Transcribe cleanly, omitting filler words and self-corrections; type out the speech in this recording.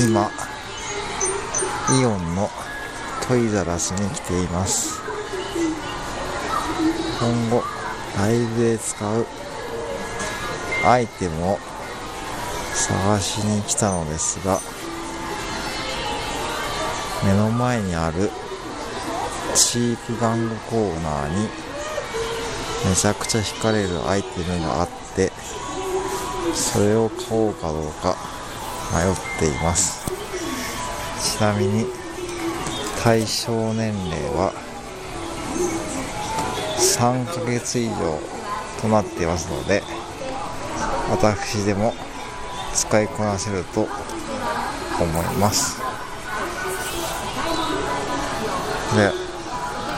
今イオンのトイザらスに来ています。今後ライブで使うアイテムを探しに来たのですが、目の前にあるチーク玩具コーナーにめちゃくちゃ惹かれるアイテムがあって、それを買おうかどうか迷っています。ちなみに対象年齢は3ヶ月以上となっていますので、私でも使いこなせると思います。で、